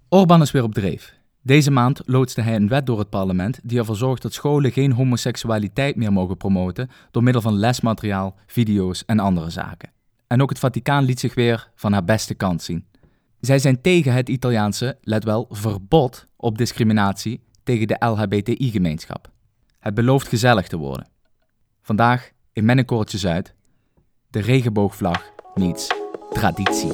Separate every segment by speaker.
Speaker 1: Orbán is weer op dreef. Deze maand loodste hij een wet door het parlement die ervoor zorgt dat scholen geen homoseksualiteit meer mogen promoten door middel van lesmateriaal, video's en andere zaken. En ook het Vaticaan liet zich weer van haar beste kant zien. Zij zijn tegen het Italiaanse, let wel, verbod op discriminatie tegen de LHBTI-gemeenschap. Het belooft gezellig te worden. Vandaag in Met een korreltje Zuid, de regenboogvlag meets traditie.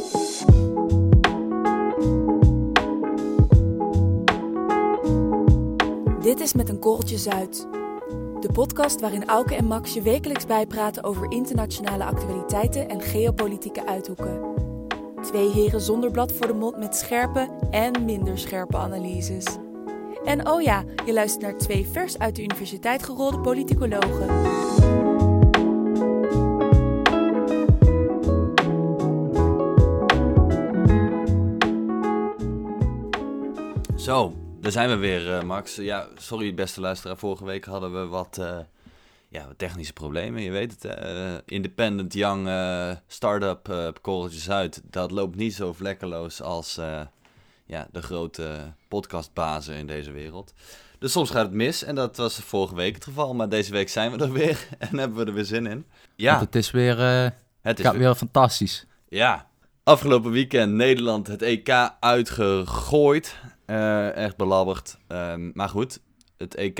Speaker 2: Dit is Met een korreltje Zuid. De podcast waarin Auke en Max je wekelijks bijpraten over internationale actualiteiten en geopolitieke uithoeken. Twee heren zonder blad voor de mond met scherpe en minder scherpe analyses. En oh ja, je luistert naar twee vers uit de universiteit gerolde politicologen.
Speaker 3: Zo, daar zijn we weer, Max. Ja, sorry beste luisteraar, vorige week hadden we wat technische problemen. Je weet het, Independent Young Startup Korreltje Zuid, dat loopt niet zo vlekkeloos als de grote podcastbazen in deze wereld. Dus soms gaat het mis en dat was vorige week het geval. Maar deze week zijn we er weer en hebben we er weer zin in. Ja,
Speaker 1: Want het is weer, weer fantastisch.
Speaker 3: Ja, afgelopen weekend Nederland het EK uitgegooid. Echt belabberd. Maar goed, het EK,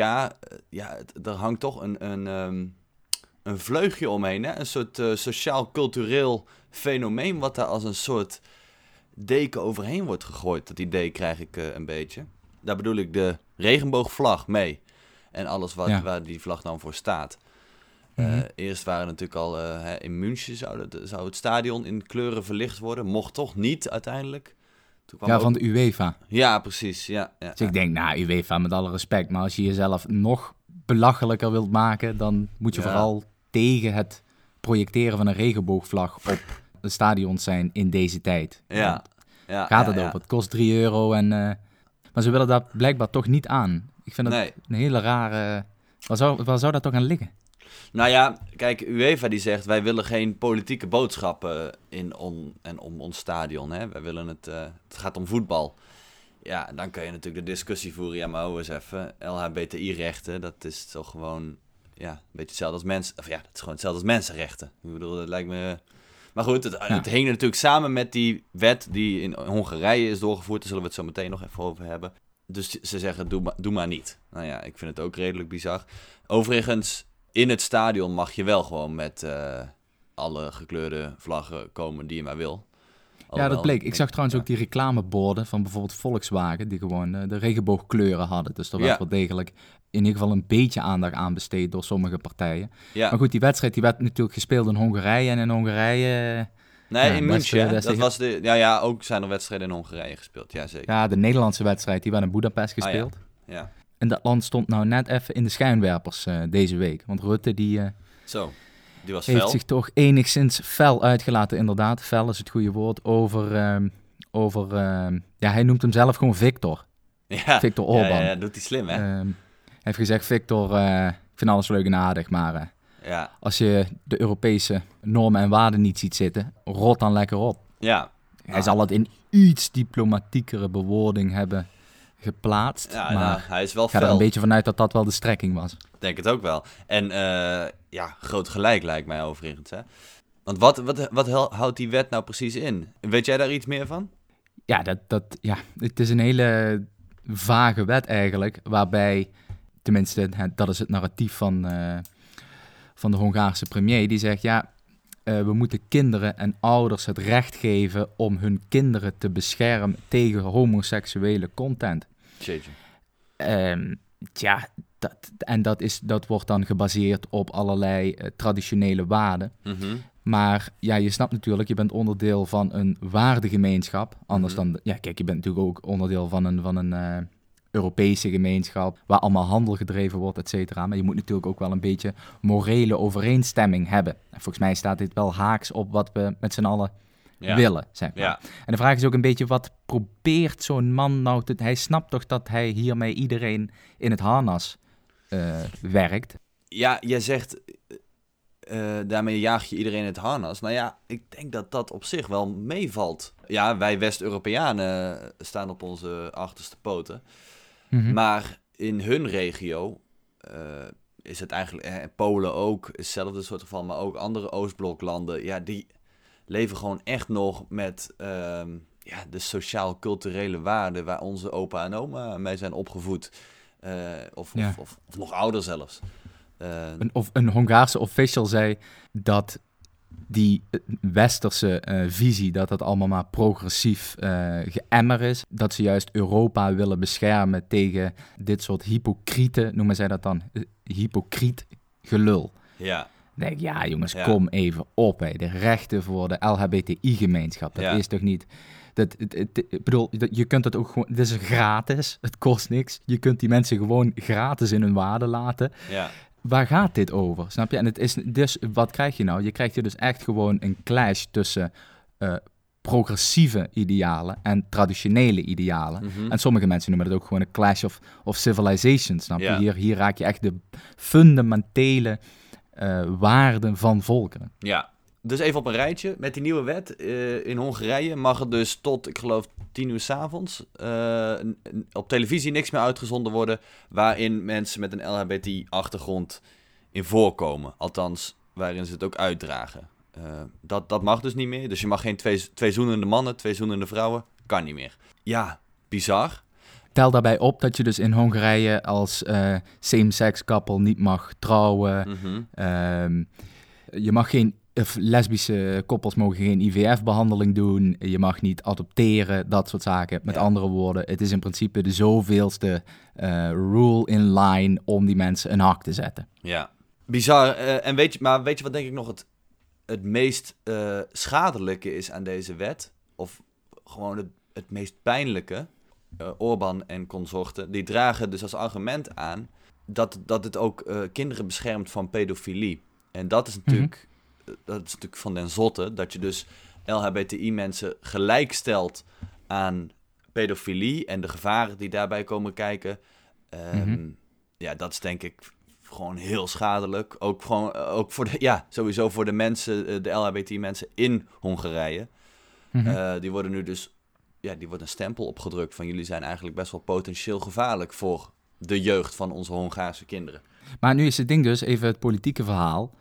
Speaker 3: er hangt toch een vleugje omheen. Hè? Een soort sociaal-cultureel fenomeen wat daar als een soort deken overheen wordt gegooid. Dat idee krijg ik een beetje. Daar bedoel ik de regenboogvlag mee. En alles waar die vlag dan voor staat. Eerst waren natuurlijk al in München zou het stadion in kleuren verlicht worden. Mocht toch niet uiteindelijk.
Speaker 1: Van de UEFA.
Speaker 3: Ja, precies. Ja.
Speaker 1: Dus ik denk, UEFA met alle respect. Maar als je jezelf nog belachelijker wilt maken, dan moet je vooral tegen het projecteren van een regenboogvlag op de stadions zijn in deze tijd. Gaat het over. Het kost €3 en... maar ze willen dat blijkbaar toch niet aan. Ik vind het een hele rare... Waar zou dat toch aan liggen?
Speaker 3: Nou ja, kijk, UEFA die zegt, wij willen geen politieke boodschappen om ons stadion. Hè? Wij willen het gaat om voetbal. Ja, dan kun je natuurlijk de discussie voeren. Ja, maar eens even, LHBTI-rechten, dat is toch gewoon een beetje hetzelfde als mensen. Of ja, dat is gewoon hetzelfde als mensenrechten. Ik bedoel, dat lijkt me... Maar goed, het hing natuurlijk samen met die wet die in Hongarije is doorgevoerd. Daar zullen we het zo meteen nog even over hebben. Dus ze zeggen, doe maar niet. Nou ja, ik vind het ook redelijk bizar. Overigens... In het stadion mag je wel gewoon met alle gekleurde vlaggen komen die je maar wil.
Speaker 1: Ja, dat bleek. Ik zag trouwens ook die reclameborden van bijvoorbeeld Volkswagen... die gewoon de regenboogkleuren hadden. Dus er werd wel degelijk in ieder geval een beetje aandacht aan besteed door sommige partijen. Ja. Maar goed, die wedstrijd die werd natuurlijk gespeeld in Hongarije. En in Hongarije...
Speaker 3: in München. Dat was ook zijn er wedstrijden in Hongarije gespeeld. Ja, zeker.
Speaker 1: Ja, de Nederlandse wedstrijd die werd in Budapest gespeeld.
Speaker 3: Ja.
Speaker 1: En dat land stond nou net even in de schijnwerpers deze week. Want Rutte die
Speaker 3: was
Speaker 1: heeft
Speaker 3: fel.
Speaker 1: zich toch enigszins fel uitgelaten, inderdaad. Fel is het goede woord. Over hij noemt hem zelf gewoon Viktor.
Speaker 3: Ja,
Speaker 1: Viktor Orbán.
Speaker 3: Ja, doet hij slim, hè?
Speaker 1: Hij heeft gezegd, Viktor, ik vind alles leuk en aardig, maar als je de Europese normen en waarden niet ziet zitten, rot dan lekker op.
Speaker 3: Ja.
Speaker 1: Hij zal het in iets diplomatiekere bewoording hebben geplaatst.
Speaker 3: Ja,
Speaker 1: maar
Speaker 3: hij is wel
Speaker 1: fel. Ik ga er een beetje vanuit dat dat wel de strekking was.
Speaker 3: Denk het ook wel. En groot gelijk lijkt mij overigens. Hè? Want wat houdt die wet nou precies in? Weet jij daar iets meer van?
Speaker 1: Ja, het is een hele vage wet eigenlijk, waarbij, tenminste, dat is het narratief van de Hongaarse premier, die zegt, we moeten kinderen en ouders het recht geven om hun kinderen te beschermen tegen homoseksuele content.
Speaker 3: Jeetje.
Speaker 1: Dat wordt dan gebaseerd op allerlei traditionele waarden.
Speaker 3: Mm-hmm.
Speaker 1: Maar je snapt natuurlijk, je bent onderdeel van een waardegemeenschap. Anders dan, je bent natuurlijk ook onderdeel van een Europese gemeenschap, waar allemaal handel gedreven wordt, et cetera. Maar je moet natuurlijk ook wel een beetje morele overeenstemming hebben. En volgens mij staat dit wel haaks op wat we met z'n allen willen, zeg maar. Ja. En de vraag is ook een beetje, wat probeert zo'n man nou te... Hij snapt toch dat hij hiermee iedereen in het harnas werkt?
Speaker 3: Ja, jij zegt... daarmee jaag je iedereen in het harnas. Nou ja, ik denk dat dat op zich wel meevalt. Ja, wij West-Europeanen staan op onze achterste poten.
Speaker 1: Mhm.
Speaker 3: Maar in hun regio is het eigenlijk... Polen ook, is hetzelfde soort geval, maar ook andere Oostbloklanden. Ja, die leven gewoon echt nog met de sociaal-culturele waarden waar onze opa en oma mee zijn opgevoed. Of nog ouder zelfs.
Speaker 1: Een Hongaarse official zei dat die westerse visie, dat het allemaal maar progressief geëmmer is. Dat ze juist Europa willen beschermen tegen dit soort hypocriete, noemen zij dat dan, hypocriet gelul.
Speaker 3: Ja.
Speaker 1: Dan denk ik, ja jongens, kom even op. Hè. De rechten voor de LHBTI-gemeenschap, dat is toch niet... Ik bedoel, je kunt het ook gewoon... Het is gratis, het kost niks. Je kunt die mensen gewoon gratis in hun waarde laten.
Speaker 3: Ja.
Speaker 1: Waar gaat dit over? Snap je? En het is dus, wat krijg je nou? Je krijgt hier dus echt gewoon een clash tussen progressieve idealen en traditionele idealen.
Speaker 3: Mm-hmm.
Speaker 1: En sommige mensen noemen het ook gewoon een clash of civilizations. Snap je?
Speaker 3: Ja.
Speaker 1: Hier raak je echt de fundamentele waarden van volkeren.
Speaker 3: Ja. Dus even op een rijtje. Met die nieuwe wet in Hongarije mag het dus tot, ik geloof, 10 uur 's avonds op televisie niks meer uitgezonden worden waarin mensen met een LHBTI-achtergrond in voorkomen. Althans, waarin ze het ook uitdragen. Dat mag dus niet meer. Dus je mag geen twee zoenende mannen, 2 zoenende vrouwen. Kan niet meer. Ja, bizar.
Speaker 1: Tel daarbij op dat je dus in Hongarije als same-sex couple niet mag trouwen.
Speaker 3: Mm-hmm.
Speaker 1: Je mag geen... lesbische koppels mogen geen IVF-behandeling doen. Je mag niet adopteren, dat soort zaken. Met andere woorden, het is in principe de zoveelste rule in line om die mensen een hak te zetten.
Speaker 3: Ja, bizar. En weet je wat denk ik nog het meest schadelijke is aan deze wet? Of gewoon het meest pijnlijke? Orbán en consorten, die dragen dus als argument aan dat het ook kinderen beschermt van pedofilie. En dat is natuurlijk... Dat is natuurlijk van den zotte, dat je dus LHBTI-mensen gelijkstelt aan pedofilie en de gevaren die daarbij komen kijken. Ja, dat is denk ik gewoon heel schadelijk. Ook voor sowieso voor de mensen, de LHBTI-mensen in Hongarije. Die worden nu dus, die wordt een stempel opgedrukt van jullie zijn eigenlijk best wel potentieel gevaarlijk voor de jeugd van onze Hongaarse kinderen.
Speaker 1: Maar nu is het ding dus, even het politieke verhaal.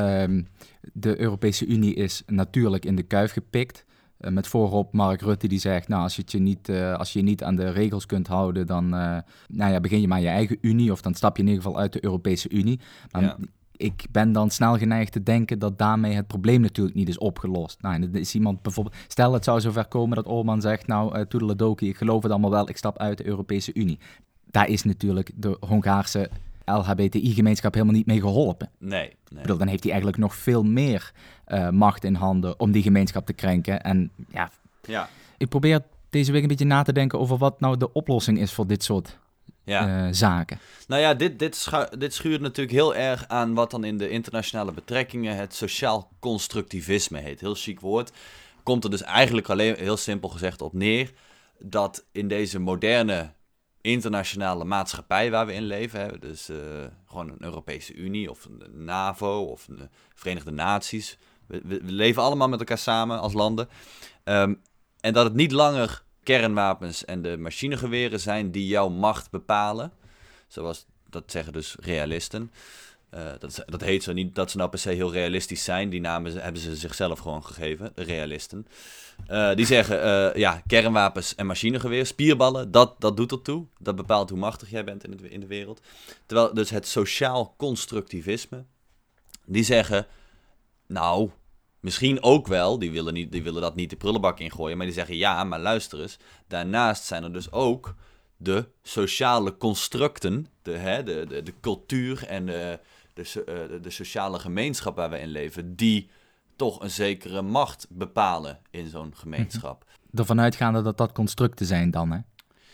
Speaker 1: De Europese Unie is natuurlijk in de kuif gepikt. Met voorop Mark Rutte die zegt, nou, als je niet aan de regels kunt houden, dan begin je maar je eigen Unie. Of dan stap je in ieder geval uit de Europese Unie. Maar ik ben dan snel geneigd te denken dat daarmee het probleem natuurlijk niet is opgelost. Nou, en er is iemand bijvoorbeeld... Stel, het zou zover komen dat Orbán zegt, nou, toedeledokie, ik geloof het allemaal wel, ik stap uit de Europese Unie. Daar is natuurlijk de Hongaarse LHBTI-gemeenschap helemaal niet mee geholpen.
Speaker 3: Nee.
Speaker 1: Ik bedoel, dan heeft hij eigenlijk nog veel meer macht in handen om die gemeenschap te krenken. En ik probeer deze week een beetje na te denken over wat nou de oplossing is voor dit soort zaken. Nou ja,
Speaker 3: dit schuurt natuurlijk heel erg aan wat dan in de internationale betrekkingen het sociaal constructivisme heet. Heel chic woord. Komt er dus eigenlijk alleen heel simpel gezegd op neer dat in deze moderne internationale maatschappij waar we in leven, hè, dus gewoon een Europese Unie of een NAVO of de Verenigde Naties. We leven allemaal met elkaar samen als landen. En dat het niet langer kernwapens en de machinegeweren zijn die jouw macht bepalen. Zoals, dat zeggen dus realisten. Dat heet zo niet dat ze nou per se heel realistisch zijn. Die namen hebben ze zichzelf gewoon gegeven, de realisten. Die zeggen, kernwapens en machinegeweer, spierballen, dat doet ertoe. Dat bepaalt hoe machtig jij bent in de wereld. Terwijl dus het sociaal constructivisme, die zeggen, nou, misschien ook wel, die willen dat niet de prullenbak ingooien, maar die zeggen, ja, maar luister eens, daarnaast zijn er dus ook de sociale constructen, de cultuur en de sociale gemeenschap waar we in leven, die toch een zekere macht bepalen in zo'n gemeenschap.
Speaker 1: Ervan uitgaande dat constructen zijn dan, hè?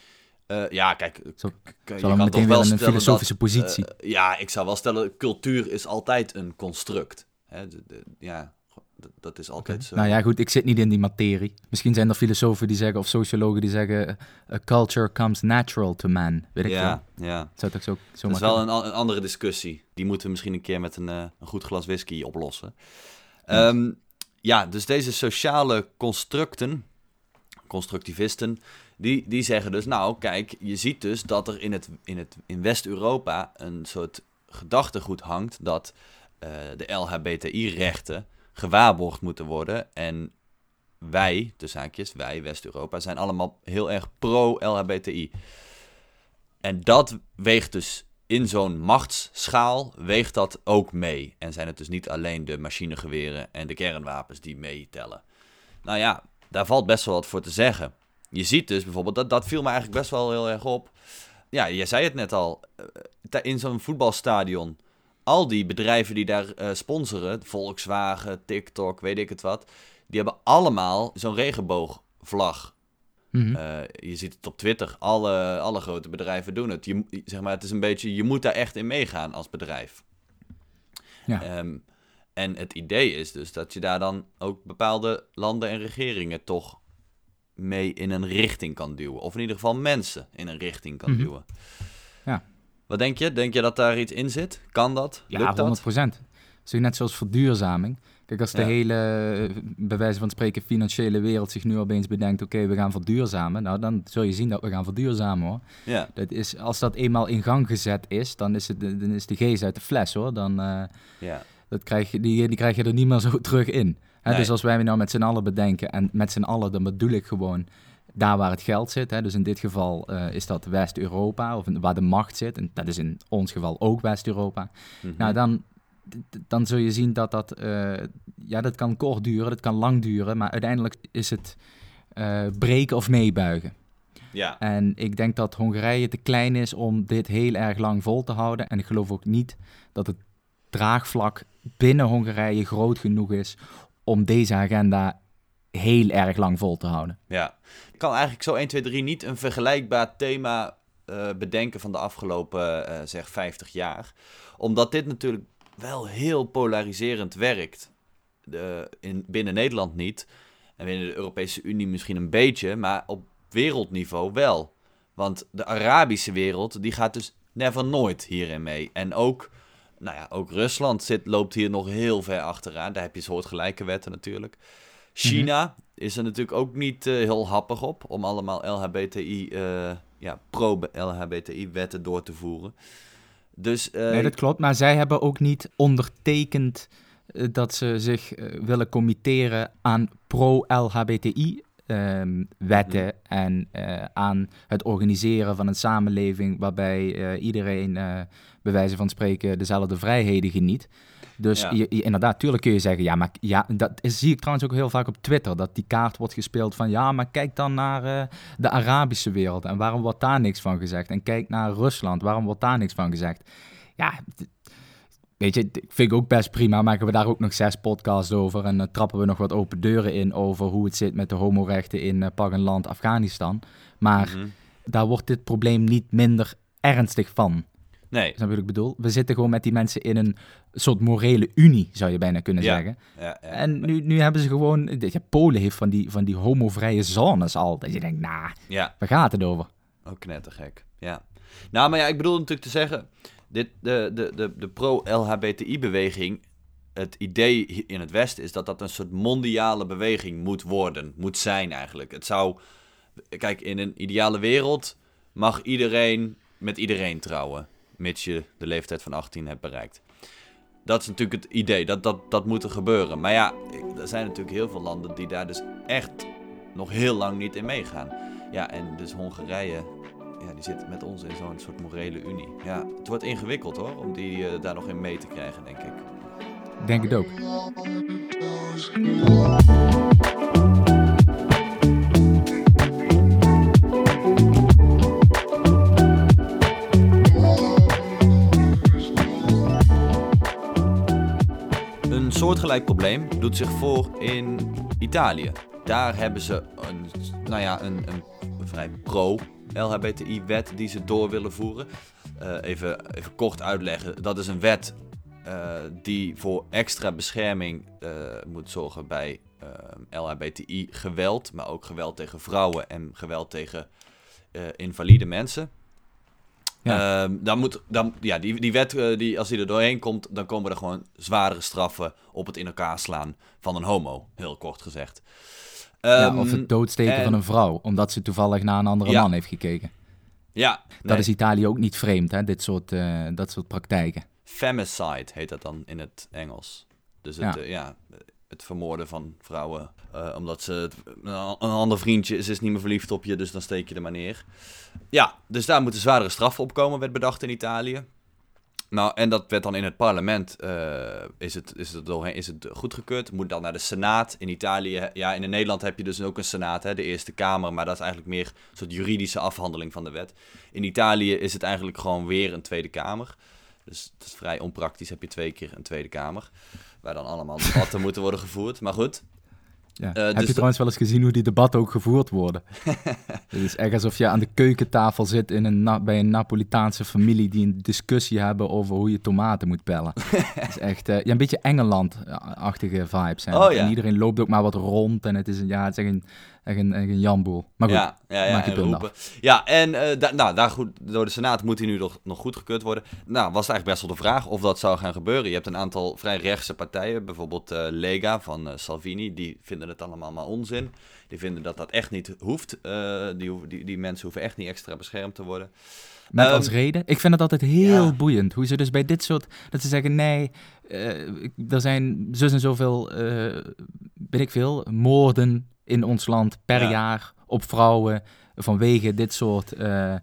Speaker 3: Kijk,
Speaker 1: je kan meteen wel een filosofische positie.
Speaker 3: Ik zou wel stellen, cultuur is altijd een construct. Hè? Dat is altijd zo.
Speaker 1: Nou ja, goed, ik zit niet in die materie. Misschien zijn er filosofen die zeggen, of sociologen die zeggen, a culture comes natural to man. Weet ik veel.
Speaker 3: Ja.
Speaker 1: Zou het ook zo
Speaker 3: dat is wel een andere discussie. Die moeten we misschien een keer met een goed glas whisky oplossen. Dus deze sociale constructivisten, die zeggen dus, nou kijk, je ziet dus dat er in West-Europa een soort gedachtegoed hangt dat de LHBTI-rechten gewaarborgd moeten worden. En wij, tussen haakjes, wij, West-Europa, zijn allemaal heel erg pro-LHBTI. En dat weegt dus in zo'n machtsschaal, weegt dat ook mee. En zijn het dus niet alleen de machinegeweren en de kernwapens die meetellen. Nou ja, daar valt best wel wat voor te zeggen. Je ziet dus bijvoorbeeld, dat viel me eigenlijk best wel heel erg op. Ja, jij zei het net al, in zo'n voetbalstadion, al die bedrijven die daar sponsoren, Volkswagen, TikTok, weet ik het wat, die hebben allemaal zo'n regenboogvlag. Mm-hmm. Je ziet het op Twitter, alle grote bedrijven doen het. Het is een beetje, je moet daar echt in meegaan als bedrijf. Ja. En het idee is dus dat je daar dan ook bepaalde landen en regeringen toch mee in een richting kan duwen. Of in ieder geval mensen in een richting kan duwen.
Speaker 1: Ja.
Speaker 3: Wat denk je? Denk je dat daar iets in zit? Kan dat? Lukt dat?
Speaker 1: 100%. Dat is net zoals verduurzaming. Kijk, als de hele, bij wijze van spreken, financiële wereld zich nu opeens bedenkt, oké, we gaan verduurzamen. Nou, dan zul je zien dat we gaan verduurzamen, hoor.
Speaker 3: Ja.
Speaker 1: Dat is, als dat eenmaal in gang gezet is, dan is de geest uit de fles, hoor. Dan die krijg je er niet meer zo terug in. Nee. Dus als wij nou met z'n allen bedenken, en met z'n allen, dan bedoel ik gewoon daar waar het geld zit. Dus in dit geval is dat West-Europa, of waar de macht zit. En dat is in ons geval ook West-Europa. Mm-hmm. Nou, dan zul je zien dat dat kan kort duren, dat kan lang duren, maar uiteindelijk is het breken of meebuigen.
Speaker 3: Ja.
Speaker 1: En ik denk dat Hongarije te klein is om dit heel erg lang vol te houden. En ik geloof ook niet dat het draagvlak binnen Hongarije groot genoeg is om deze agenda heel erg lang vol te houden.
Speaker 3: Ja, ik kan eigenlijk zo 1, 2, 3 niet een vergelijkbaar thema bedenken van de afgelopen 50 jaar. Omdat dit natuurlijk wel heel polariserend werkt. Binnen Nederland niet. En binnen de Europese Unie misschien een beetje, maar op wereldniveau wel. Want de Arabische wereld, die gaat dus never nooit hierin mee. En ook Rusland loopt hier nog heel ver achteraan. Daar heb je soortgelijke wetten natuurlijk. China is er natuurlijk ook niet heel happig op om allemaal pro-LHBTI-wetten door te voeren. Dus,
Speaker 1: nee, dat klopt. Maar zij hebben ook niet ondertekend dat ze zich willen committeren aan pro-LHBTI-wetten en aan het organiseren van een samenleving waarbij iedereen, bij wijze van spreken, dezelfde vrijheden geniet. Dus inderdaad, tuurlijk kun je zeggen, zie ik trouwens ook heel vaak op Twitter, dat die kaart wordt gespeeld van, maar kijk dan naar de Arabische wereld en waarom wordt daar niks van gezegd? En kijk naar Rusland, waarom wordt daar niks van gezegd? Ja, weet je, vind ik ook best prima, maken we daar ook nog 6 podcasts over en trappen we nog wat open deuren in over hoe het zit met de homorechten in pak een land Afghanistan. Maar daar wordt dit probleem niet minder ernstig van.
Speaker 3: Nee.
Speaker 1: Snap je wat ik bedoel? We zitten gewoon met die mensen in een soort morele unie, zou je bijna kunnen zeggen. Ja. En nu hebben ze gewoon... Polen heeft van die homovrije zones al. Dat je denkt, waar gaat het over?
Speaker 3: Ook knettergek, ja. Nou, maar ik bedoel natuurlijk te zeggen... De pro-LHBTI-beweging... Het idee in het Westen is dat een soort mondiale beweging moet zijn eigenlijk. Het zou... Kijk, in een ideale wereld mag iedereen met iedereen trouwen. Mits je de leeftijd van 18 hebt bereikt. Dat is natuurlijk het idee, dat moet er gebeuren. Maar ja, er zijn natuurlijk heel veel landen die daar dus echt nog heel lang niet in meegaan. Ja, en dus Hongarije, die zit met ons in zo'n soort morele unie. Ja, het wordt ingewikkeld hoor, om die daar nog in mee te krijgen, denk ik.
Speaker 1: Ik denk het ook.
Speaker 3: Een soortgelijk probleem doet zich voor in Italië. Daar hebben ze een vrij pro-LHBTI-wet die ze door willen voeren. Even kort uitleggen. Dat is een wet die voor extra bescherming moet zorgen bij LHBTI-geweld, maar ook geweld tegen vrouwen en geweld tegen invalide mensen. Ja. Die wet, als die er doorheen komt, dan komen er gewoon zwaardere straffen op het in elkaar slaan van een homo, heel kort gezegd.
Speaker 1: Of het doodsteken van een vrouw, omdat ze toevallig naar een andere man heeft gekeken. Ja. Dat is Italië ook niet vreemd, hè? Dat soort praktijken.
Speaker 3: Femicide heet dat dan in het Engels. Dus het vermoorden van vrouwen. Omdat ze een ander vriendje is niet meer verliefd op je, dus dan steek je er maar neer. Ja, dus daar moeten zwaardere straffen op komen, werd bedacht in Italië. Nou, en dat werd dan in het parlement, is het goedgekeurd. Moet dan naar de Senaat. In Italië, in Nederland heb je dus ook een Senaat, hè, de Eerste Kamer. Maar dat is eigenlijk meer een soort juridische afhandeling van de wet. In Italië is het eigenlijk gewoon weer een Tweede Kamer. Dus het is vrij onpraktisch, heb je 2 keer een Tweede Kamer. Waar dan allemaal debatten moeten worden gevoerd. Maar goed.
Speaker 1: Ja. Heb je trouwens wel eens gezien hoe die debatten ook gevoerd worden? Het is echt alsof je aan de keukentafel zit bij een Napolitaanse familie die een discussie hebben over hoe je tomaten moet pellen. Het is echt een beetje Engeland-achtige vibes. En iedereen loopt ook maar wat rond en het is echt een jamboel. Maar goed, maak je punt af.
Speaker 3: Ja, en daar goed, door de Senaat moet hij nu nog goedgekeurd worden. Nou, was het eigenlijk best wel de vraag of dat zou gaan gebeuren. Je hebt een aantal vrij rechtse partijen, bijvoorbeeld Lega van Salvini, die vinden het allemaal maar onzin. Die vinden dat echt niet hoeft. Die mensen hoeven echt niet extra beschermd te worden.
Speaker 1: Met als reden? Ik vind het altijd heel boeiend. Hoe ze dus bij dit soort... Dat ze zeggen, nee, er zijn zus en zoveel, moorden in ons land per jaar op vrouwen vanwege dit soort...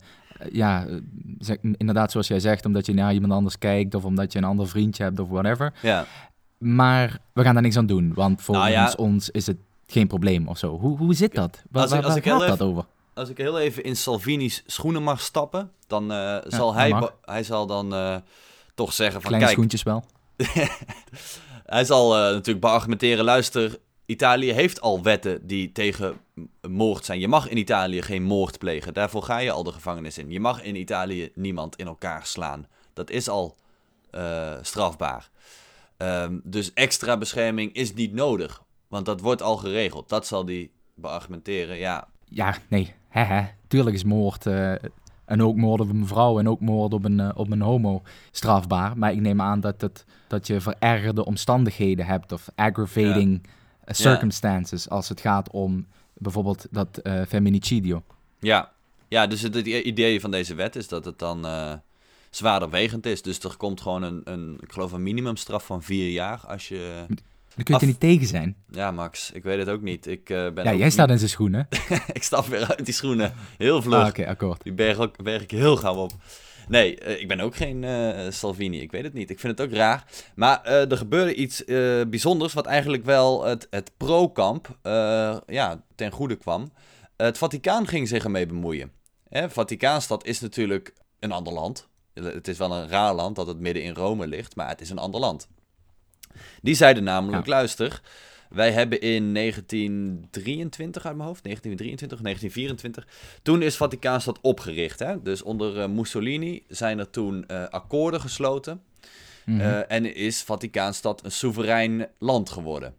Speaker 1: inderdaad zoals jij zegt, omdat je naar iemand anders kijkt of omdat je een ander vriendje hebt of whatever. Ja. Maar we gaan daar niks aan doen, want volgens ons is het geen probleem of zo. Hoe zit dat? Waar gaat dat over?
Speaker 3: Als ik heel even in Salvini's schoenen mag stappen, dan zal hij zal dan toch zeggen van...
Speaker 1: Kleine schoentjes wel.
Speaker 3: Hij zal natuurlijk beargumenteren, luister, Italië heeft al wetten die tegen moord zijn. Je mag in Italië geen moord plegen, daarvoor ga je al de gevangenis in. Je mag in Italië niemand in elkaar slaan. Dat is al strafbaar. Dus extra bescherming is niet nodig, want dat wordt al geregeld. Dat zal hij beargumenteren,
Speaker 1: Ja, nee. Tuurlijk is moord en ook moord op een vrouw en ook moord op een homo strafbaar. Maar ik neem aan dat je verergerde omstandigheden hebt of aggravating circumstances als het gaat om bijvoorbeeld dat feminicidio.
Speaker 3: Ja, dus het idee van deze wet is dat het dan zwaarderwegend is. Dus er komt gewoon ik geloof een minimumstraf van 4 jaar als je...
Speaker 1: Dan kun je er niet tegen zijn.
Speaker 3: Ja, Max, ik weet het ook niet.
Speaker 1: Jij staat in zijn schoenen.
Speaker 3: Ik stap weer uit die schoenen. Heel vlug.
Speaker 1: Oké, akkoord.
Speaker 3: Die berg ik heel gauw op. Nee, ik ben ook geen Salvini. Ik weet het niet. Ik vind het ook raar. Maar er gebeurde iets bijzonders wat eigenlijk wel het pro-kamp ten goede kwam. Het Vaticaan ging zich ermee bemoeien. Vaticaanstad is natuurlijk een ander land. Het is wel een raar land dat het midden in Rome ligt, maar het is een ander land. Die zeiden namelijk, luister, wij hebben in 1923 uit mijn hoofd, 1924, toen is Vaticaanstad opgericht. Hè? Dus onder Mussolini zijn er toen akkoorden gesloten. Mm-hmm. En is Vaticaanstad een soeverein land geworden.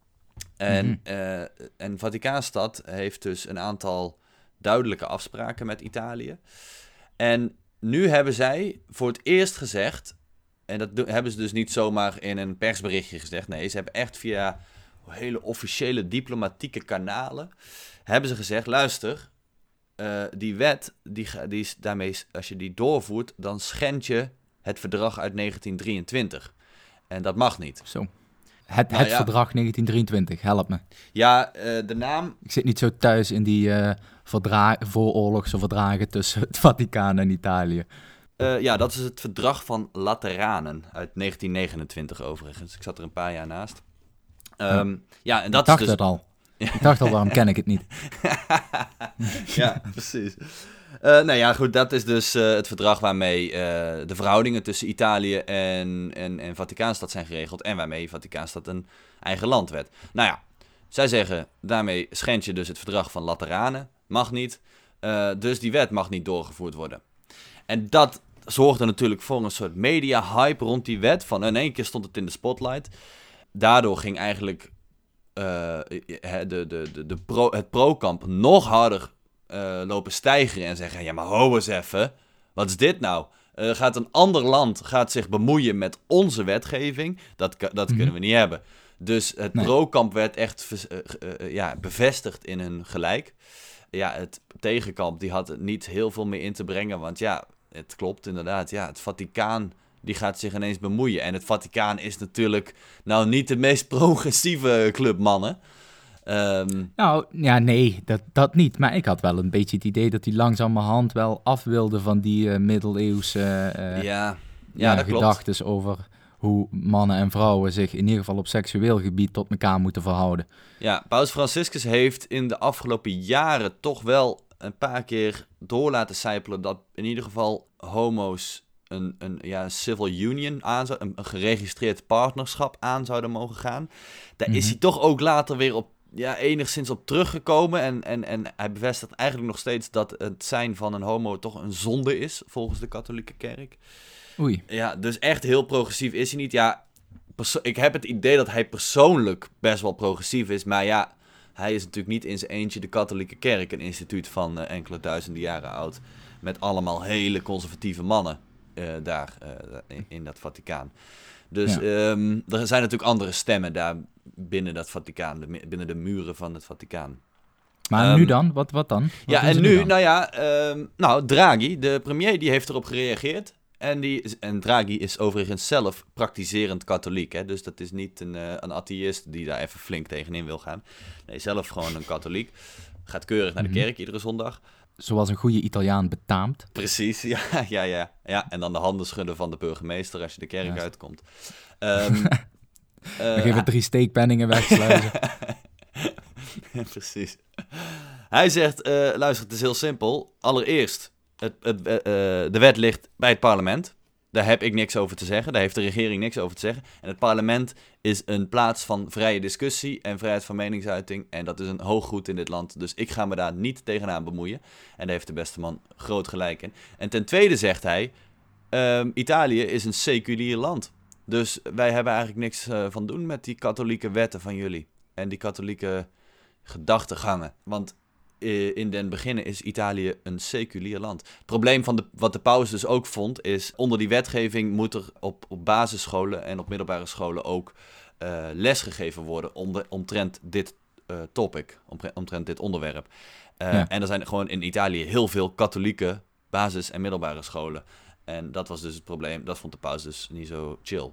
Speaker 3: En Vaticaanstad heeft dus een aantal duidelijke afspraken met Italië. En nu hebben zij voor het eerst gezegd... En dat hebben ze dus niet zomaar in een persberichtje gezegd. Nee, ze hebben echt via hele officiële diplomatieke kanalen... hebben ze gezegd, luister, die wet, die is daarmee, als je die doorvoert... dan schend je het verdrag uit 1923. En dat mag niet.
Speaker 1: Zo. Het verdrag 1923, help me.
Speaker 3: Ja, de naam...
Speaker 1: Ik zit niet zo thuis in die vooroorlogse verdragen tussen het Vaticaan en Italië.
Speaker 3: Dat is het verdrag van Lateranen uit 1929 overigens. Ik zat er een paar jaar naast. En dat
Speaker 1: ik dacht
Speaker 3: is dus...
Speaker 1: het al. Ik dacht al, waarom ken ik het niet?
Speaker 3: Ja, precies. Goed, dat is dus het verdrag waarmee de verhoudingen tussen Italië en Vaticaanstad zijn geregeld. En waarmee Vaticaanstad een eigen land werd. Nou ja, zij zeggen, daarmee schend je dus het verdrag van Lateranen. Mag niet. Dus die wet mag niet doorgevoerd worden. En dat zorgde natuurlijk voor een soort media-hype rond die wet. Van in één keer stond het in de spotlight. Daardoor ging eigenlijk het pro-kamp nog harder lopen stijgeren en zeggen... Ja, maar ho eens even, wat is dit nou? Gaat een ander land zich bemoeien met onze wetgeving? Dat kunnen we niet hebben. Dus het pro-kamp werd echt bevestigd in hun gelijk. Ja, het tegenkamp die had niet heel veel meer in te brengen. Want ja, het klopt inderdaad. Ja, het Vaticaan die gaat zich ineens bemoeien. En het Vaticaan is natuurlijk nou niet de meest progressieve club mannen.
Speaker 1: Nou, ja, nee, dat niet. Maar ik had wel een beetje het idee dat hij langzamerhand wel af wilde van die middeleeuwse gedachtes over hoe mannen en vrouwen zich in ieder geval op seksueel gebied tot elkaar moeten verhouden.
Speaker 3: Ja, Paus Franciscus heeft in de afgelopen jaren toch wel een paar keer door laten sijpelen dat in ieder geval homo's een civil union een geregistreerd partnerschap aan zouden mogen gaan. Daar is hij toch ook later weer enigszins op teruggekomen. En hij bevestigt eigenlijk nog steeds dat het zijn van een homo toch een zonde is, volgens de katholieke kerk.
Speaker 1: Oei.
Speaker 3: Ja, dus echt heel progressief is hij niet. Ja, ik heb het idee dat hij persoonlijk best wel progressief is. Maar ja, hij is natuurlijk niet in zijn eentje de katholieke kerk. Een instituut van enkele duizenden jaren oud. Met allemaal hele conservatieve mannen daar in dat Vaticaan. Dus er zijn natuurlijk andere stemmen daar binnen dat Vaticaan. Binnen de muren van het Vaticaan.
Speaker 1: Maar nu dan? Wat dan?
Speaker 3: Ja, en nu, Draghi, de premier, die heeft erop gereageerd. En Draghi is overigens zelf praktiserend katholiek. Hè? Dus dat is niet een atheïst die daar even flink tegenin wil gaan. Nee, zelf gewoon een katholiek. Gaat keurig naar de kerk iedere zondag.
Speaker 1: Zoals een goede Italiaan betaamt.
Speaker 3: Precies, ja. En dan de handen schudden van de burgemeester als je de kerk uitkomt. Dan
Speaker 1: geven 3 steekpenningen wegsluizen.
Speaker 3: Ja, precies. Hij zegt, luister, het is heel simpel. Allereerst, de wet ligt bij het parlement. Daar heb ik niks over te zeggen. Daar heeft de regering niks over te zeggen. En het parlement is een plaats van vrije discussie en vrijheid van meningsuiting. En dat is een hoog goed in dit land. Dus ik ga me daar niet tegenaan bemoeien. En daar heeft de beste man groot gelijk in. En ten tweede zegt hij, Italië is een seculier land. Dus wij hebben eigenlijk niks van doen met die katholieke wetten van jullie. En die katholieke gedachtegangen. Want in den beginnen is Italië een seculier land. Het probleem van wat de paus dus ook vond, is onder die wetgeving moet er op basisscholen en op middelbare scholen ook les gegeven worden omtrent dit topic, omtrent dit onderwerp. En er zijn gewoon in Italië heel veel katholieke basis- en middelbare scholen. En dat was dus het probleem. Dat vond de paus dus niet zo chill.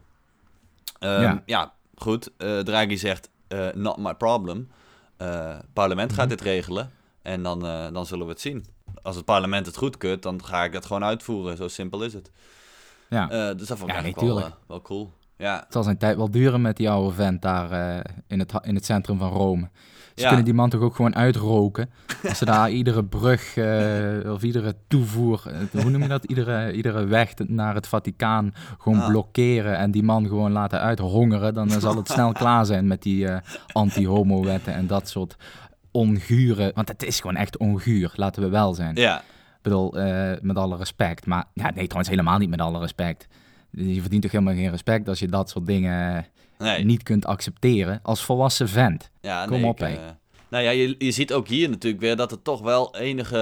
Speaker 3: Ja, goed. Draghi zegt, not my problem. Parlement gaat dit regelen. En dan zullen we het zien. Als het parlement het goedkeurt, dan ga ik dat gewoon uitvoeren. Zo simpel is het.
Speaker 1: Ja.
Speaker 3: Dus dat vond ik eigenlijk wel cool. Ja.
Speaker 1: Het zal zijn tijd wel duren met die oude vent daar in het centrum van Rome. Ze kunnen die man toch ook gewoon uitroken. Als ze daar iedere brug of iedere toevoer, hoe noem je dat? Iedere weg naar het Vaticaan gewoon blokkeren en die man gewoon laten uithongeren, dan zal het snel klaar zijn met die anti-homo-wetten en dat soort onguren. Want het is gewoon echt onguur, laten we wel zijn.
Speaker 3: Ja.
Speaker 1: Ik bedoel, met alle respect. Maar ja, nee, trouwens helemaal niet met alle respect. Je verdient toch helemaal geen respect als je dat soort dingen niet kunt accepteren als volwassen vent.
Speaker 3: Ja,
Speaker 1: kom op, hé.
Speaker 3: Nou ja, je ziet ook hier natuurlijk weer dat er toch wel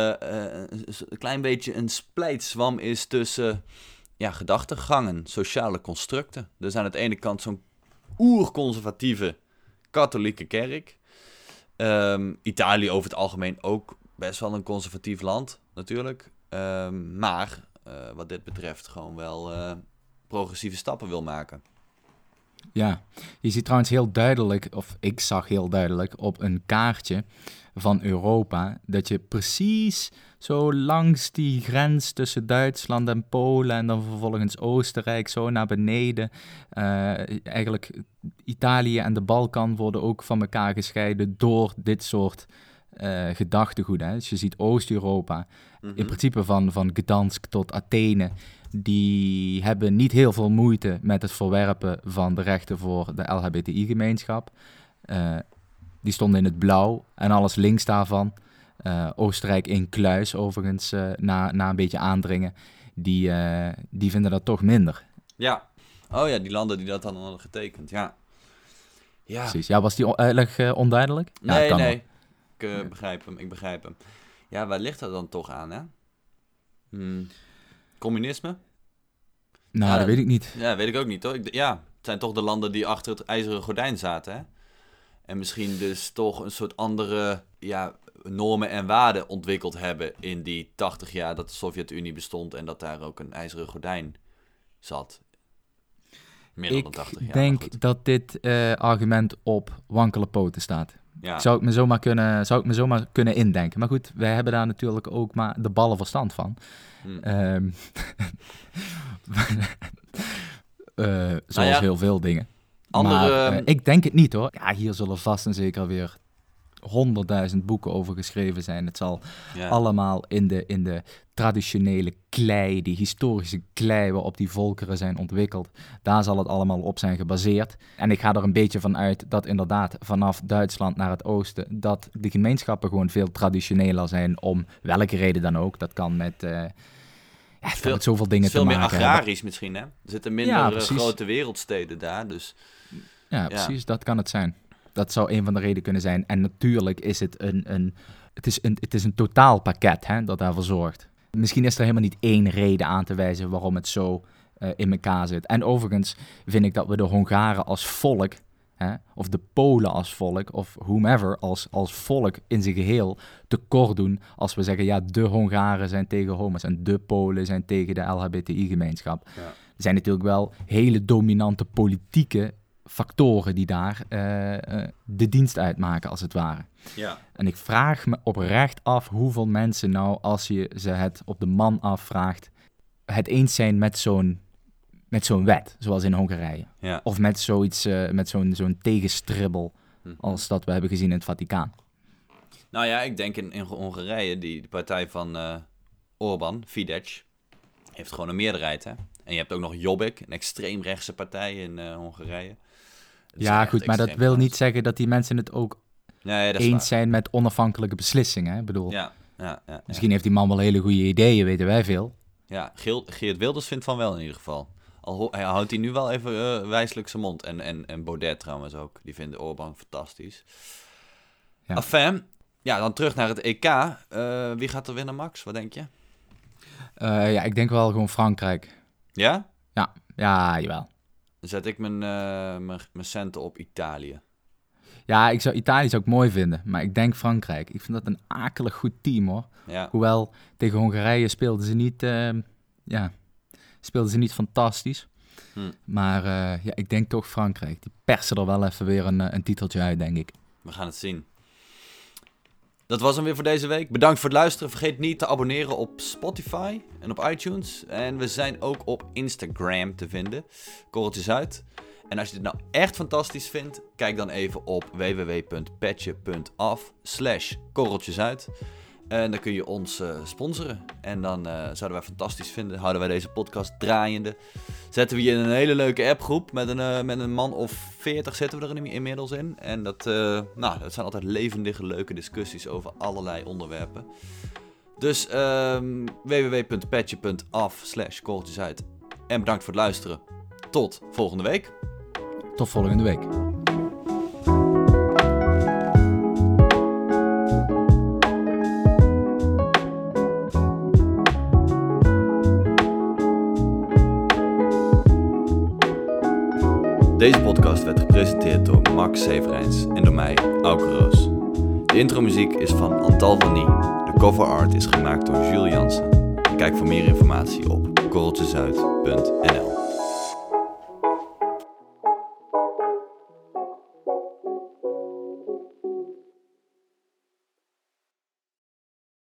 Speaker 3: een klein beetje een splijtswam is tussen gedachtegangen, sociale constructen. Dus aan de ene kant zo'n oerconservatieve katholieke kerk. Italië over het algemeen ook best wel een conservatief land, natuurlijk. Maar wat dit betreft gewoon wel progressieve stappen wil maken.
Speaker 1: Ja, je ziet trouwens heel duidelijk, of ik zag heel duidelijk op een kaartje van Europa, dat je precies zo langs die grens tussen Duitsland en Polen en dan vervolgens Oostenrijk zo naar beneden. Eigenlijk Italië en de Balkan worden ook van elkaar gescheiden door dit soort gedachtegoed. Hè? Dus je ziet Oost-Europa, in principe van Gdansk tot Athene, die hebben niet heel veel moeite met het verwerpen van de rechten voor de LHBTI-gemeenschap. Die stonden in het blauw en alles links daarvan Oostenrijk incluis, overigens, na een beetje aandringen, die vinden dat toch minder.
Speaker 3: Ja. Oh ja, die landen die dat dan hadden getekend, ja.
Speaker 1: Precies. Ja, was die uitleg onduidelijk?
Speaker 3: Nee. Ik begrijp hem. Ja, waar ligt dat dan toch aan, hè? Communisme?
Speaker 1: Nou, dat weet ik niet.
Speaker 3: Ja, weet ik ook niet, hoor. Het zijn toch de landen die achter het ijzeren gordijn zaten, hè? En misschien dus toch een soort andere normen en waarden ontwikkeld hebben in die 80 jaar dat de Sovjet-Unie bestond en dat daar ook een ijzeren gordijn zat. Meer dan 80 jaar. Ik
Speaker 1: denk dat dit argument op wankele poten staat.
Speaker 3: Ja.
Speaker 1: Zou ik me zomaar kunnen indenken. Maar goed, wij hebben daar natuurlijk ook maar de ballen verstand van. Zoals heel veel dingen. Maar ik denk het niet, hoor. Ja, hier zullen vast en zeker weer 100.000 boeken over geschreven zijn. Het zal allemaal in de traditionele klei, die historische klei waarop die volkeren zijn ontwikkeld. Daar zal het allemaal op zijn gebaseerd. En ik ga er een beetje van uit dat inderdaad vanaf Duitsland naar het oosten, dat de gemeenschappen gewoon veel traditioneler zijn om welke reden dan ook. Dat kan met zoveel dingen te maken.
Speaker 3: Veel meer agrarisch misschien, hè? Er zitten minder grote wereldsteden daar, dus...
Speaker 1: Ja, precies, dat kan het zijn. Dat zou een van de redenen kunnen zijn. En natuurlijk is het het is een totaalpakket, hè, dat daarvoor zorgt. Misschien is er helemaal niet één reden aan te wijzen waarom het zo in elkaar zit. En overigens vind ik dat we de Hongaren als volk, hè, of de Polen als volk, of whomever als volk in zijn geheel tekort doen als we zeggen, de Hongaren zijn tegen homo's en de Polen zijn tegen de LHBTI-gemeenschap. Ja. Er zijn natuurlijk wel hele dominante politieke factoren die daar de dienst uitmaken, als het ware.
Speaker 3: Ja.
Speaker 1: En ik vraag me oprecht af hoeveel mensen nou, als je ze het op de man afvraagt, het eens zijn met zo'n wet, zoals in Hongarije.
Speaker 3: Ja.
Speaker 1: Of met zoiets, met zo'n tegenstribbel als dat we hebben gezien in het Vaticaan.
Speaker 3: Nou ja, ik denk in Hongarije, die partij van Orbán, Fidesz, heeft gewoon een meerderheid, hè. En je hebt ook nog Jobbik, een extreemrechtse partij in Hongarije.
Speaker 1: Ja, goed, maar dat wil niet zeggen dat die mensen het ook eens zijn met onafhankelijke beslissingen. Hè? Ik bedoel, misschien heeft die man wel hele goede ideeën, weten wij veel.
Speaker 3: Ja, Geert Wilders vindt van wel in ieder geval. Hij houdt hij nu wel even wijselijk zijn mond. En Baudet trouwens ook. Die vinden Orbán fantastisch. Ja. Enfin, dan terug naar het EK. Wie gaat er winnen, Max? Wat denk je?
Speaker 1: Ik denk wel gewoon Frankrijk.
Speaker 3: Ja?
Speaker 1: Ja, jawel.
Speaker 3: Dan zet ik mijn centen op Italië.
Speaker 1: Ja, Italië zou ik mooi vinden, maar ik denk Frankrijk. Ik vind dat een akelig goed team, hoor.
Speaker 3: Ja.
Speaker 1: Hoewel, tegen Hongarije speelden ze niet fantastisch. Maar ik denk toch Frankrijk. Die persen er wel even weer een titeltje uit, denk ik.
Speaker 3: We gaan het zien. Dat was hem weer voor deze week. Bedankt voor het luisteren. Vergeet niet te abonneren op Spotify en op iTunes. En we zijn ook op Instagram te vinden. Korreltjes uit. En als je dit nou echt fantastisch vindt, kijk dan even op www.petje.af/korreltjesuit. En dan kun je ons sponsoren. En dan zouden wij fantastisch vinden. Houden wij deze podcast draaiende. Zetten we je in een hele leuke appgroep. Met een man of 40 zitten we er inmiddels in. En dat zijn altijd levendige, leuke discussies over allerlei onderwerpen. Dus www.petje.af/korreltjesuit. En bedankt voor het luisteren. Tot volgende week.
Speaker 1: Tot volgende week.
Speaker 3: Deze podcast werd gepresenteerd door Max Severijns en door mij, Auke Roos. De intromuziek is van Antal van Nie. De cover art is gemaakt door Jules Jansen. Kijk voor meer informatie op korreltjesuit.nl.